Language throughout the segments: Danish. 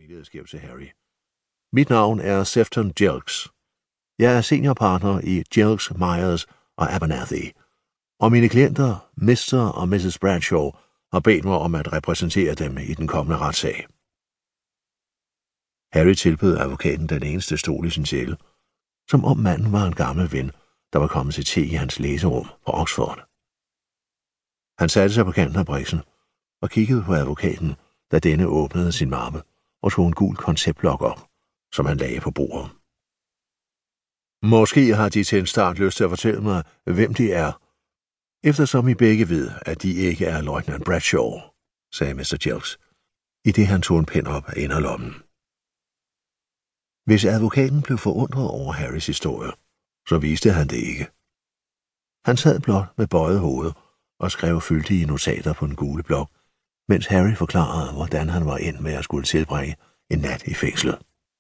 smilede skævt til Harry. Mit navn er Sefton Jelks. Jeg er seniorpartner i Jelks, Myers og Abernathy, og mine klienter, Mr. og Mrs. Bradshaw, har bedt mig om at repræsentere dem i den kommende retssag. Harry tilbød advokaten den eneste stol i sin sjæl, som om manden var en gammel ven, der var kommet til te i hans læserum på Oxford. Han satte sig på kanten af briksen og kiggede på advokaten, da denne åbnede sin mappe og tog en gul konceptblok op, som han lagde på bordet. Måske har de til en start lyst til at fortælle mig, hvem de er, eftersom I begge ved, at de ikke er løjtnant Bradshaw, sagde Mr. Jelks, i det han tog en pen op af inderlommen. Hvis advokaten blev forundret over Harrys historie, så viste han det ikke. Han sad blot med bøjet hoved og skrev fyldige notater på den gule blok, mens Harry forklarede, hvordan han var endt med at skulle tilbringe en nat i fængslet.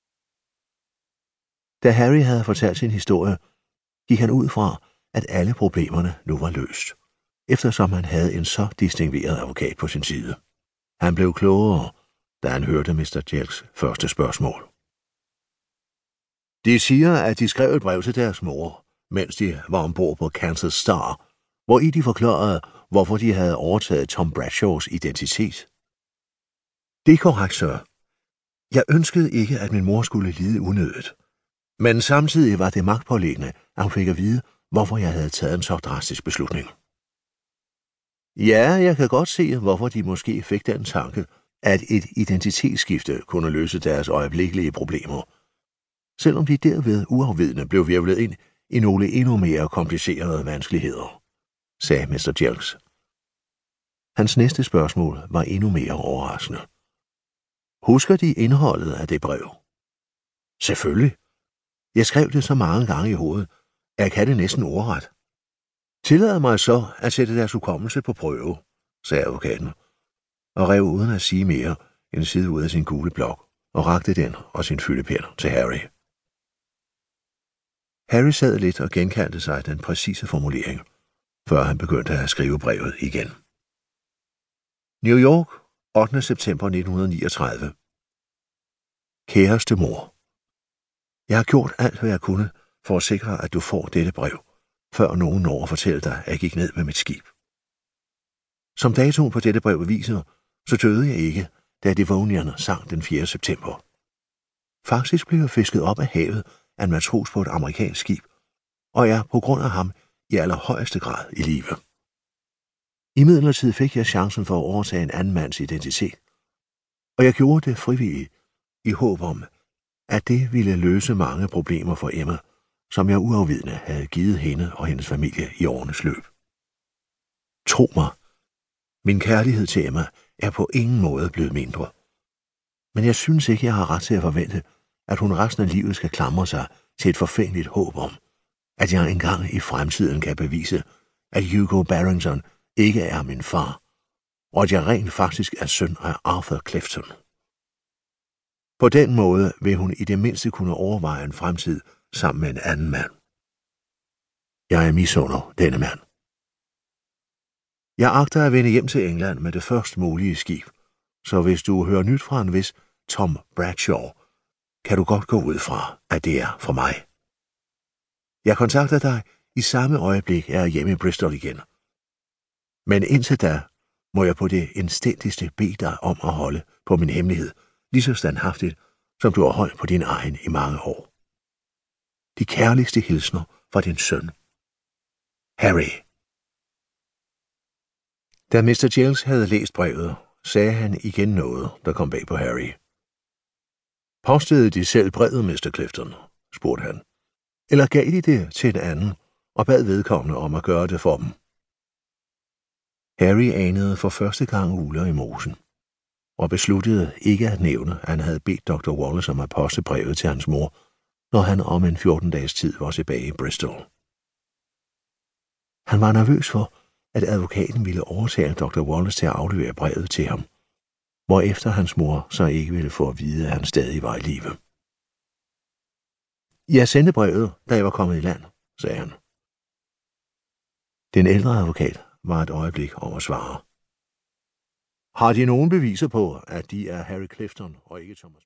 Da Harry havde fortalt sin historie, gik han ud fra, at alle problemerne nu var løst, eftersom han havde en så distingveret advokat på sin side. Han blev klogere, da han hørte Mr. Jelks første spørgsmål. De siger, at de skrev et brev til deres mor, mens de var ombord på Kansas Star, hvor de forklarede, hvorfor de havde overtaget Tom Bradshaws identitet. Det er korrekt, sir. Jeg ønskede ikke, at min mor skulle lide unødigt. Men samtidig var det magtpåliggende, at hun fik at vide, hvorfor jeg havde taget en så drastisk beslutning. Ja, jeg kan godt se, hvorfor de måske fik den tanke, at et identitetsskifte kunne løse deres øjeblikkelige problemer, selvom de derved uafvidende blev hvirvlet ind i nogle endnu mere komplicerede vanskeligheder, sagde Mr. Jelks. Hans næste spørgsmål var endnu mere overraskende. Husker de indholdet af det brev? Selvfølgelig. Jeg skrev det så mange gange i hovedet, at jeg kan det næsten ordret. Tillad mig så at sætte deres hukommelse på prøve, sagde advokaten, og rev uden at sige mere en side ud af sin gule blok og rakte den og sin fyldepen til Harry. Harry sad lidt og genkaldte sig den præcise formulering, før han begyndte at skrive brevet igen. New York, 8. september 1939. Kæreste mor. Jeg har gjort alt, hvad jeg kunne, for at sikre, at du får dette brev, før nogen når at fortælle dig, at jeg gik ned med mit skib. Som datoen på dette brev viser, så døde jeg ikke, da Devonian sank den 4. september. Faktisk blev jeg fisket op af havet af en matros på et amerikansk skib, og jeg på grund af ham i allerhøjeste grad i live. Imidlertid fik jeg chancen for at overtage en anden mands identitet, og jeg gjorde det frivilligt i håb om, at det ville løse mange problemer for Emma, som jeg uafvidende havde givet hende og hendes familie i årenes løb. Tro mig, min kærlighed til Emma er på ingen måde blevet mindre, men jeg synes ikke, jeg har ret til at forvente, at hun resten af livet skal klamre sig til et forfængeligt håb om, at jeg engang i fremtiden kan bevise, at Hugo Barrington ikke er min far, og at jeg rent faktisk er søn af Arthur Clifton. På den måde vil hun i det mindste kunne overveje en fremtid sammen med en anden mand. Jeg er misunder denne mand. Jeg agter at vende hjem til England med det først mulige skib, så hvis du hører nyt fra en vis Tom Bradshaw, kan du godt gå ud fra, at det er for mig. Jeg kontakter dig i samme øjeblik, jeg er hjemme i Bristol igen. Men indtil da må jeg på det indstændigste bede dig om at holde på min hemmelighed, lige så standhaftigt, som du har holdt på din egen i mange år. De kærligste hilsner fra din søn, Harry. Da Mr. Jelks havde læst brevet, sagde han igen noget, der kom bag på Harry. Postede de selv brevet, Mr. Clifton? Spurgte han. Eller gav de det til en anden og bad vedkommende om at gøre det for dem? Harry anede for første gang uler i mosen, og besluttede ikke at nævne, at han havde bedt Dr. Wallace om at poste brevet til hans mor, når han om en 14-dages tid var tilbage i Bristol. Han var nervøs for, at advokaten ville overtale Dr. Wallace til at aflevere brevet til ham, hvorefter hans mor så ikke ville få at vide, at han stadig var i live. Jeg sendte brevet, da jeg var kommet i land, sagde han. Den ældre advokat var et øjeblik om at svare. Har de nogen beviser på, at de er Harry Clifton og ikke Thomas